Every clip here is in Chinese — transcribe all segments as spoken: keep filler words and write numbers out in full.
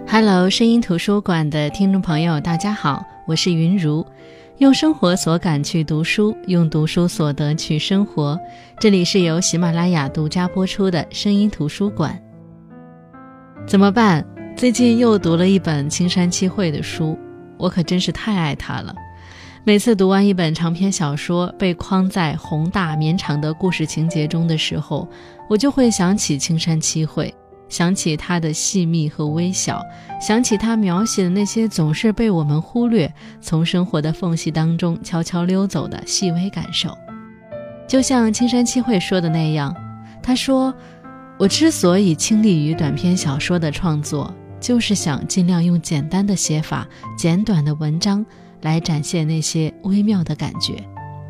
Hello， 声音图书馆的听众朋友大家好，我是云如，用生活所感去读书，用读书所得去生活。这里是由喜马拉雅独家播出的声音图书馆。怎么办？最近又读了一本青山七惠的书，我可真是太爱它了。每次读完一本长篇小说，被框在宏大绵长的故事情节中的时候，我就会想起青山七惠，想起他的细密和微小，想起他描写的那些总是被我们忽略，从生活的缝隙当中悄悄溜走的细微感受。就像青山七惠说的那样，他说，我之所以倾力于短篇小说的创作，就是想尽量用简单的写法，简短的文章来展现那些微妙的感觉。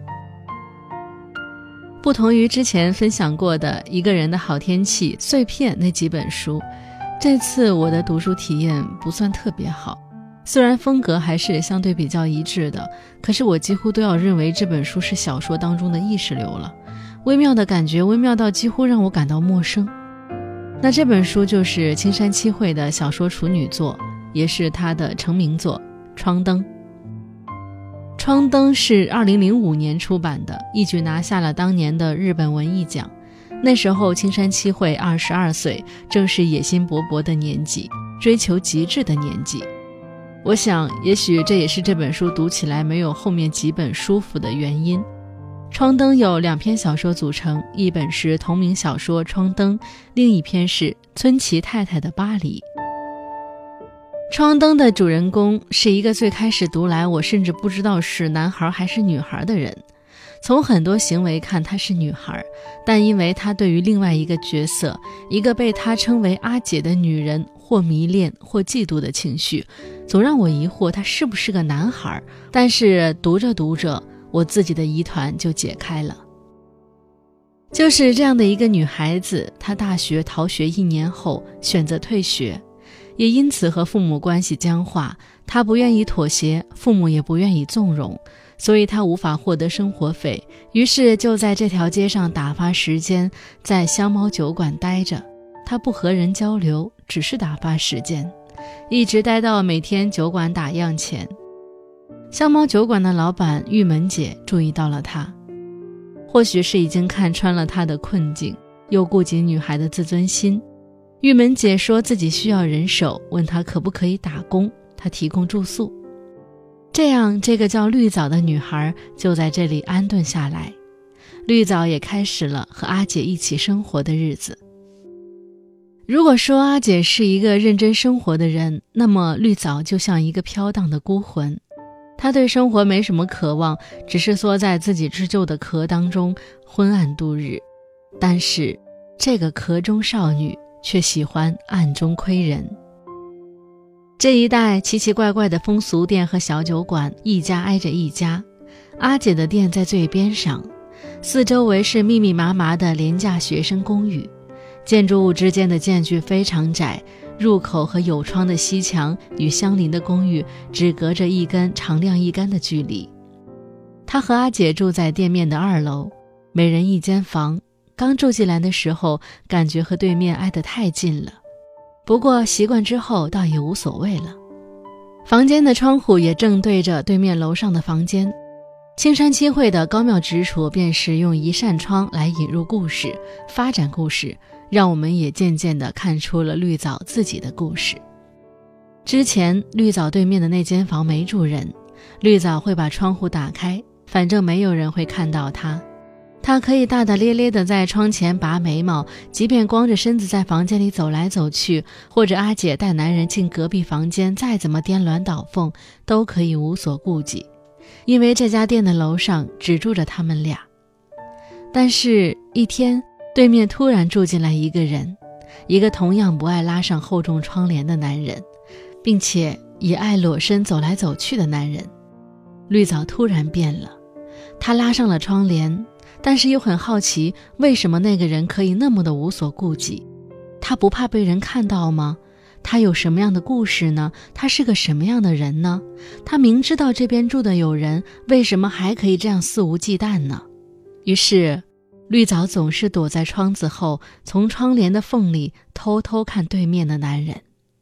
不同于之前分享过的一个人的好天气、碎片那几本书，这次我的读书体验不算特别好。虽然风格还是相对比较一致的，可是我几乎都要认为这本书是小说当中的意识流了。微妙的感觉，微妙到几乎让我感到陌生。那这本书就是青山七惠的小说处女作，也是她的成名作《窗灯》。窗灯是二零零五年出版的，一举拿下了当年的日本文艺奖。那时候青山七惠二十二岁，正是野心勃勃的年纪，追求极致的年纪。我想也许这也是这本书读起来没有后面几本舒服的原因。窗灯有两篇小说组成，一本是同名小说《窗灯》，另一篇是村崎太太的巴黎。窗灯的主人公是一个最开始读来我甚至不知道是男孩还是女孩的人，从很多行为看她是女孩，但因为她对于另外一个角色，一个被她称为阿姐的女人或迷恋或嫉妒的情绪，总让我疑惑她是不是个男孩。但是读着读着，我自己的疑团就解开了。就是这样的一个女孩子，她大学逃学一年后选择退学，也因此和父母关系僵化，她不愿意妥协，父母也不愿意纵容，所以她无法获得生活费，于是就在这条街上打发时间，在香猫酒馆待着。她不和人交流，只是打发时间，一直待到每天酒馆打烊前。香猫酒馆的老板玉门姐注意到了她，或许是已经看穿了她的困境，又顾及女孩的自尊心。玉门姐说自己需要人手，问她可不可以打工，她提供住宿。这样这个叫绿藻的女孩就在这里安顿下来，绿藻也开始了和阿姐一起生活的日子。如果说阿姐是一个认真生活的人，那么绿藻就像一个飘荡的孤魂，她对生活没什么渴望，只是缩在自己织就的壳当中昏暗度日。但是这个壳中少女却喜欢暗中窥人。这一带奇奇怪怪的风俗店和小酒馆一家挨着一家，阿姐的店在最边上，四周围是密密麻麻的廉价学生公寓，建筑物之间的间距非常窄，入口和有窗的西墙与相邻的公寓只隔着一根长晾衣杆的距离。她和阿姐住在店面的二楼，每人一间房，刚住进来的时候感觉和对面挨得太近了，不过习惯之后倒也无所谓了。房间的窗户也正对着对面楼上的房间。青山七惠的高妙之处便是用一扇窗来引入故事，发展故事，让我们也渐渐地看出了绿藻自己的故事。之前绿藻对面的那间房没住人，绿藻会把窗户打开，反正没有人会看到他。他可以大大咧咧地在窗前拔眉毛，即便光着身子在房间里走来走去，或者阿姐带男人进隔壁房间再怎么颠鸾倒凤，都可以无所顾忌，因为这家店的楼上只住着他们俩。但是一天，对面突然住进来一个人，一个同样不爱拉上厚重窗帘的男人，并且也爱裸身走来走去的男人。绿藻突然变了，他拉上了窗帘，但是又很好奇，为什么那个人可以那么的无所顾忌？他不怕被人看到吗？他有什么样的故事呢？他是个什么样的人呢？他明知道这边住的有人，为什么还可以这样肆无忌惮呢？于是绿藻总是躲在窗子后，从窗帘的缝里偷偷看对面的男人。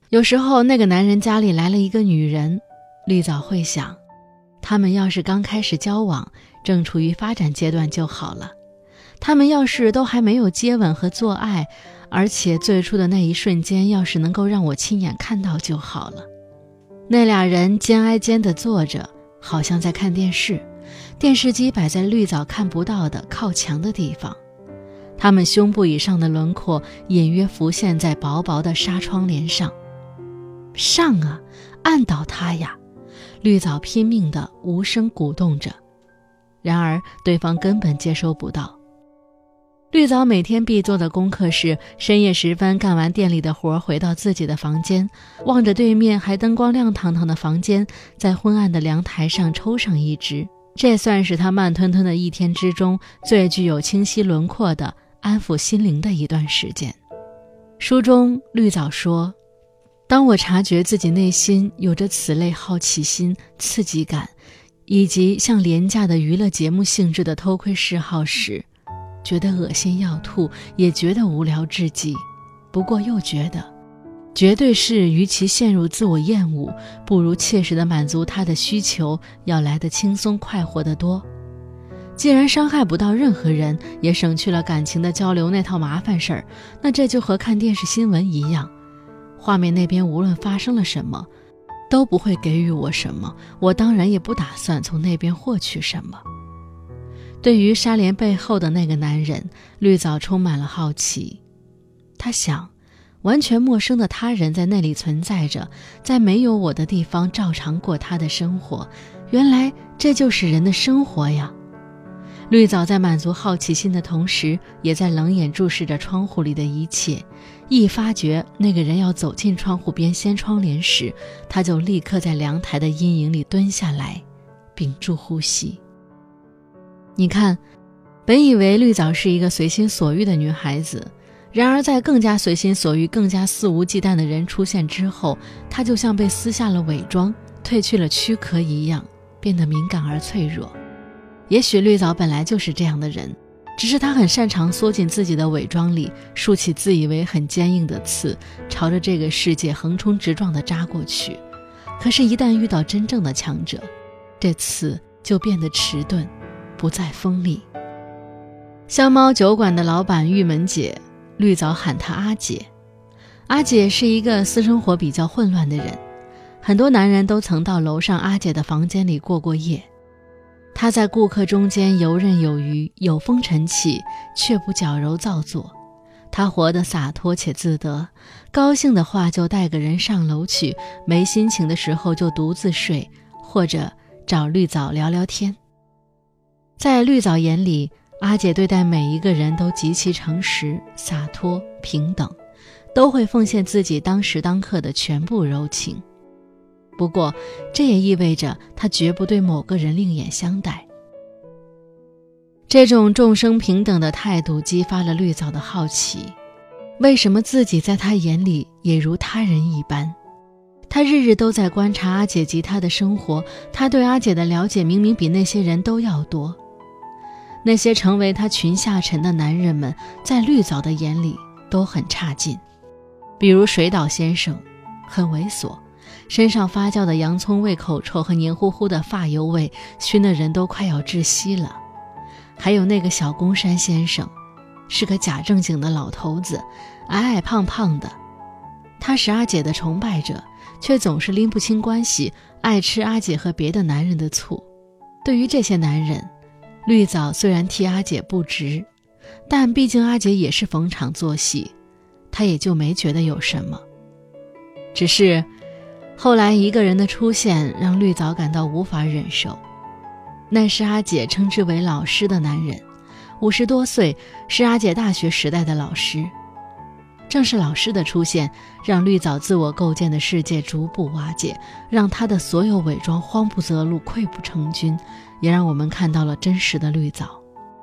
有时候那个男人家里来了一个女人，绿藻会想，他们要是刚开始交往，正处于发展阶段就好了。他们要是都还没有接吻和做爱，而且最初的那一瞬间要是能够让我亲眼看到就好了。那俩人肩挨肩地坐着，好像在看电视，电视机摆在绿藻看不到的靠墙的地方，他们胸部以上的轮廓隐约浮现在薄薄的纱窗帘上。上啊，按倒他呀！绿藻拼命地无声鼓动着，然而对方根本接收不到。绿藻每天必做的功课是深夜时分干完店里的活，回到自己的房间，望着对面还灯光亮堂堂的房间，在昏暗的凉台上抽上一支，这算是他慢吞吞的一天之中最具有清晰轮廓的安抚心灵的一段时间。书中绿藻说，当我察觉自己内心有着此类好奇心、刺激感，以及像廉价的娱乐节目性质的偷窥嗜好时，觉得恶心要吐，也觉得无聊至极，不过又觉得绝对是与其陷入自我厌恶，不如切实地满足他的需求要来得轻松快活得多。既然伤害不到任何人，也省去了感情的交流那套麻烦事儿，那这就和看电视新闻一样，画面那边无论发生了什么，都不会给予我什么，我当然也不打算从那边获取什么。对于纱帘背后的那个男人，绿藻充满了好奇。他想，完全陌生的他人在那里存在着，在没有我的地方照常过他的生活，原来这就是人的生活呀。绿藻在满足好奇心的同时，也在冷眼注视着窗户里的一切。一发觉那个人要走进窗户边掀窗帘时，他就立刻在凉台的阴影里蹲下来，屏住呼吸。你看，本以为绿藻是一个随心所欲的女孩子，然而在更加随心所欲、更加肆无忌惮的人出现之后，她就像被撕下了伪装，褪去了躯壳一样，变得敏感而脆弱。也许绿藻本来就是这样的人，只是她很擅长缩进自己的伪装里，竖起自以为很坚硬的刺，朝着这个世界横冲直撞地扎过去。可是一旦遇到真正的强者，这刺就变得迟钝，不再锋利。香猫酒馆的老板玉门姐，绿藻喊她阿姐。阿姐是一个私生活比较混乱的人，很多男人都曾到楼上阿姐的房间里过过夜。她在顾客中间游刃有余，有风尘气，却不矫揉造作。她活得洒脱且自得，高兴的话就带个人上楼去，没心情的时候就独自睡，或者找绿藻聊聊天。在绿藻眼里，阿姐对待每一个人都极其诚实、洒脱、平等，都会奉献自己当时当刻的全部柔情。不过这也意味着她绝不对某个人另眼相待。这种众生平等的态度激发了绿藻的好奇，为什么自己在她眼里也如他人一般？她日日都在观察阿姐及她的生活，她对阿姐的了解明明比那些人都要多。那些成为她群下臣的男人们，在绿藻的眼里都很差劲。比如水岛先生，很猥琐，身上发酵的洋葱味口臭和黏糊糊的发油味熏得人都快要窒息了。还有那个小宫山先生，是个假正经的老头子，矮矮胖胖的。他是阿姐的崇拜者，却总是拎不清关系，爱吃阿姐和别的男人的醋。对于这些男人，绿藻虽然替阿姐不值，但毕竟阿姐也是逢场作戏，她也就没觉得有什么。只是后来一个人的出现让绿藻感到无法忍受，那是阿姐称之为老师的男人，五十多岁，是阿姐大学时代的老师。正是老师的出现，让绿藻自我构建的世界逐步瓦解，让她的所有伪装慌不择路，溃不成军，也让我们看到了真实的绿藻。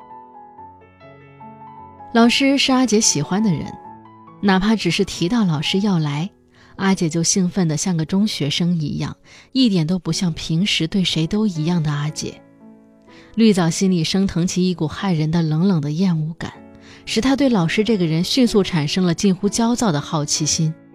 老师是阿姐喜欢的人，哪怕只是提到老师要来，阿姐就兴奋得像个中学生一样，一点都不像平时对谁都一样的阿姐。绿藻心里升腾起一股骇人的冷冷的厌恶感，使他对老师这个人迅速产生了近乎焦躁的好奇心。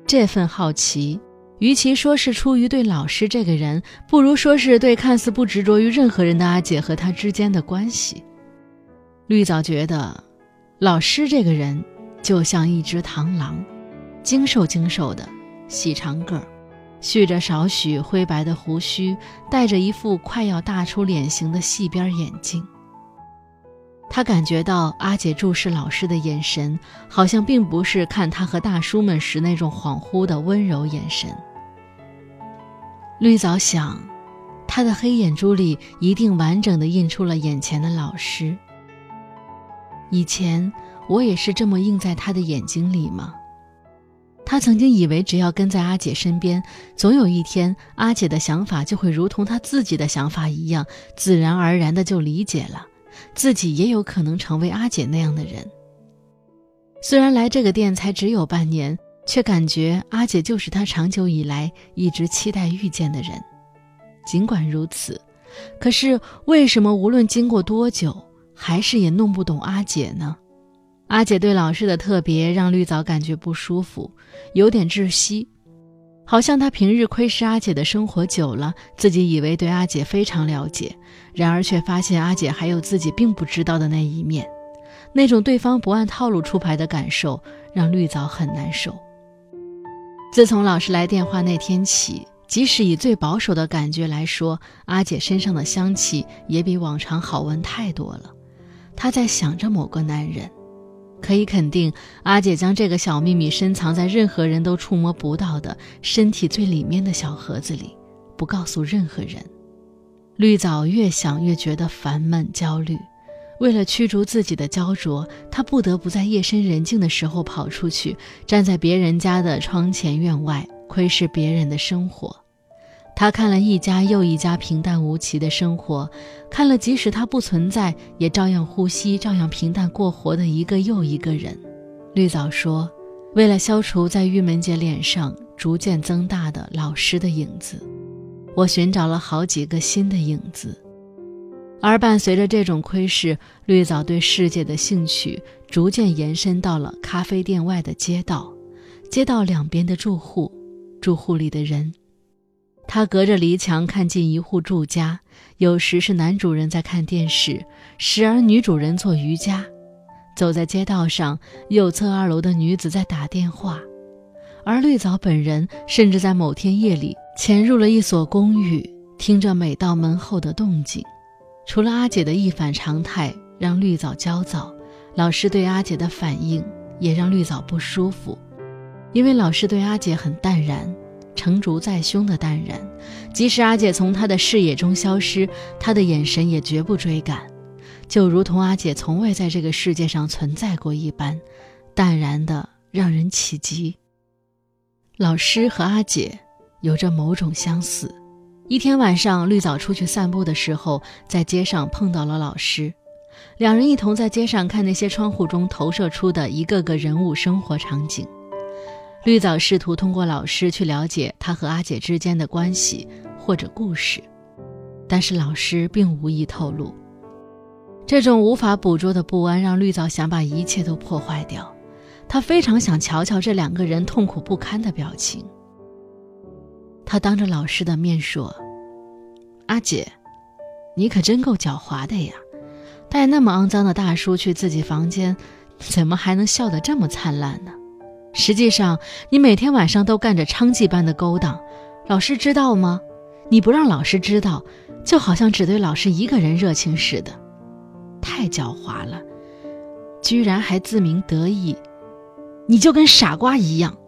这份好奇，与其说是出于对老师这个人，不如说是对看似不执着于任何人的阿姐和他之间的关系。绿藻觉得老师这个人就像一只螳螂，精瘦精瘦的，细长个儿，蓄着少许灰白的胡须，戴着一副快要大出脸型的细边眼镜。他感觉到阿姐注视老师的眼神，好像并不是看他和大叔们时那种恍惚的温柔眼神。绿藻想，他的黑眼珠里一定完整地印出了眼前的老师。以前我也是这么映在他的眼睛里吗？他曾经以为只要跟在阿姐身边，总有一天阿姐的想法就会如同他自己的想法一样，自然而然地就理解了，自己也有可能成为阿姐那样的人。虽然来这个店才只有半年，却感觉阿姐就是他长久以来一直期待遇见的人。尽管如此，可是为什么无论经过多久，还是也弄不懂阿姐呢？阿姐对老师的特别让绿藻感觉不舒服，有点窒息，好像他平日窥视阿姐的生活久了，自己以为对阿姐非常了解，然而却发现阿姐还有自己并不知道的那一面。那种对方不按套路出牌的感受让绿藻很难受。自从老师来电话那天起，即使以最保守的感觉来说，阿姐身上的香气也比往常好闻太多了。她在想着某个男人，可以肯定，阿姐将这个小秘密深藏在任何人都触摸不到的身体最里面的小盒子里，不告诉任何人。绿藻越想越觉得烦闷焦虑，为了驱逐自己的焦灼，她不得不在夜深人静的时候跑出去，站在别人家的窗前院外，窥视别人的生活。他看了一家又一家平淡无奇的生活，看了即使他不存在也照样呼吸照样平淡过活的一个又一个人。绿藻说，为了消除在玉门姐脸上逐渐增大的老师的影子，我寻找了好几个新的影子。而伴随着这种窥视，绿藻对世界的兴趣逐渐延伸到了咖啡店外的街道，街道两边的住户，住户里的人。他隔着篱墙看进一户住家，有时是男主人在看电视，时而女主人做瑜伽。走在街道上，右侧二楼的女子在打电话。而绿藻本人甚至在某天夜里潜入了一所公寓，听着每道门后的动静。除了阿姐的一反常态让绿藻焦躁，老师对阿姐的反应也让绿藻不舒服。因为老师对阿姐很淡然，成竹在胸的淡然，即使阿姐从他的视野中消失，他的眼神也绝不追赶，就如同阿姐从未在这个世界上存在过一般，淡然的让人起急。老师和阿姐有着某种相似。一天晚上，绿藻出去散步的时候，在街上碰到了老师，两人一同在街上看那些窗户中投射出的一个个人物生活场景。绿藻试图通过老师去了解他和阿姐之间的关系或者故事，但是老师并无意透露。这种无法捕捉的不安让绿藻想把一切都破坏掉，他非常想瞧瞧这两个人痛苦不堪的表情。他当着老师的面说，阿姐，你可真够狡猾的呀，带那么肮脏的大叔去自己房间，怎么还能笑得这么灿烂呢？实际上你每天晚上都干着娼妓般的勾当，老师知道吗？你不让老师知道，就好像只对老师一个人热情似的，太狡猾了，居然还自鸣得意，你就跟傻瓜一样。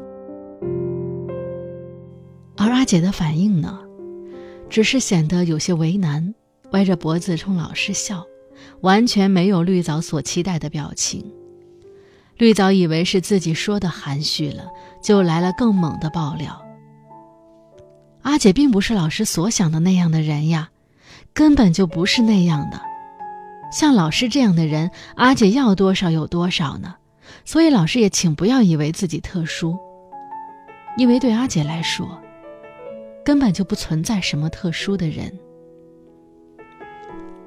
而阿姐的反应呢，只是显得有些为难，歪着脖子冲老师笑，完全没有绿藻所期待的表情。绿藻以为是自己说的含蓄了，就来了更猛的爆料。阿姐并不是老师所想的那样的人呀，根本就不是那样的。像老师这样的人，阿姐要多少有多少呢，所以老师也请不要以为自己特殊，因为对阿姐来说，根本就不存在什么特殊的人。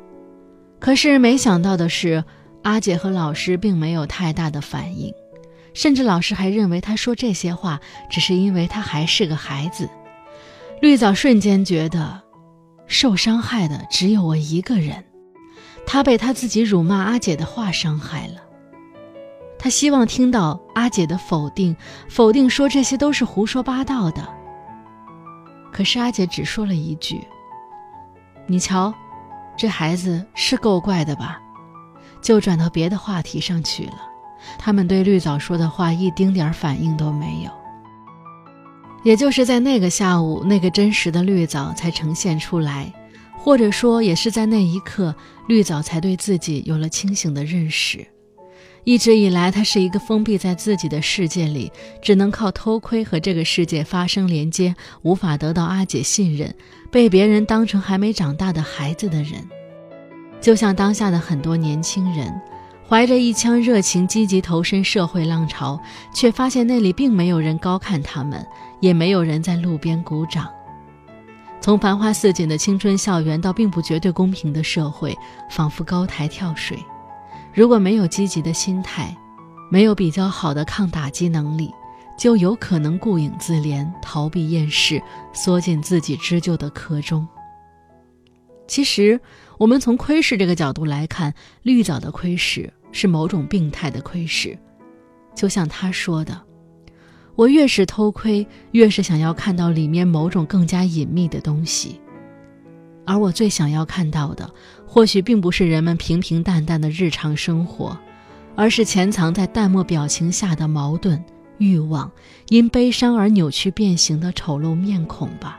可是没想到的是，阿姐和老师并没有太大的反应， 甚至老师还认为他说这些话只是因为他还是个孩子。绿藻瞬间觉得受伤害的只有我一个人，他被他自己辱骂阿姐的话伤害了。他希望听到阿姐的否定，否定说这些都是胡说八道的。可是阿姐只说了一句：你瞧，这孩子是够怪的吧，就转到别的话题上去了。他们对绿藻说的话一丁点反应都没有。也就是在那个下午，那个真实的绿藻才呈现出来，或者说也是在那一刻，绿藻才对自己有了清醒的认识。一直以来，他是一个封闭在自己的世界里，只能靠偷窥和这个世界发生连接，无法得到阿姐信任，被别人当成还没长大的孩子的人。就像当下的很多年轻人，怀着一腔热情积极投身社会浪潮，却发现那里并没有人高看他们，也没有人在路边鼓掌。从繁花似锦的青春校园到并不绝对公平的社会，仿佛高台跳水。如果没有积极的心态，没有比较好的抗打击能力，就有可能顾影自怜，逃避厌世，缩进自己织就的壳中。其实我们从窥视这个角度来看，绿藻的窥视是某种病态的窥视。就像他说的，我越是偷窥，越是想要看到里面某种更加隐秘的东西。而我最想要看到的，或许并不是人们平平淡淡的日常生活，而是潜藏在淡漠表情下的矛盾、欲望，因悲伤而扭曲变形的丑陋面孔吧。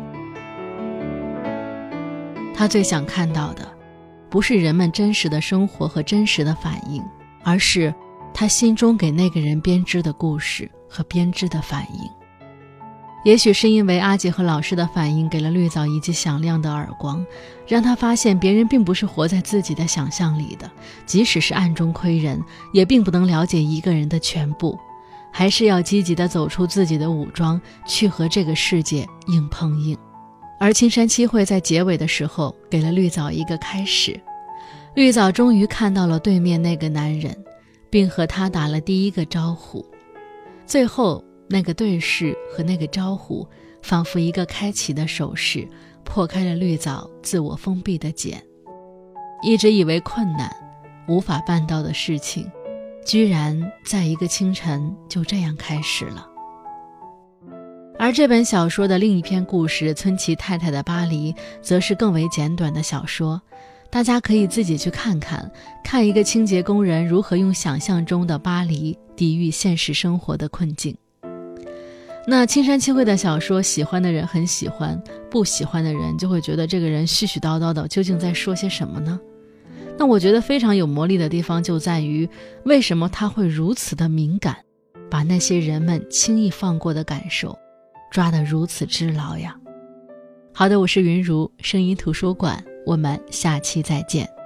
他最想看到的，不是人们真实的生活和真实的反应，而是他心中给那个人编织的故事和编织的反应。也许是因为阿姐和老师的反应给了绿藻一记响亮的耳光，让他发现别人并不是活在自己的想象里的，即使是暗中窥人，也并不能了解一个人的全部，还是要积极地走出自己的武装，去和这个世界硬碰硬。而青山七惠在结尾的时候给了绿藻一个开始，绿藻终于看到了对面那个男人，并和他打了第一个招呼。最后那个对视和那个招呼，仿佛一个开启的手势，破开了绿藻自我封闭的茧。一直以为困难无法办到的事情，居然在一个清晨就这样开始了。而这本小说的另一篇故事《村崎太太的巴黎》则是更为简短的小说，大家可以自己去看看，看一个清洁工人如何用想象中的巴黎抵御现实生活的困境。那青山七惠的小说，喜欢的人很喜欢，不喜欢的人就会觉得这个人絮絮叨叨的，究竟在说些什么呢？那我觉得非常有魔力的地方就在于，为什么他会如此的敏感，把那些人们轻易放过的感受抓得如此之牢呀。好的，我是云如，声音图书馆，我们下期再见。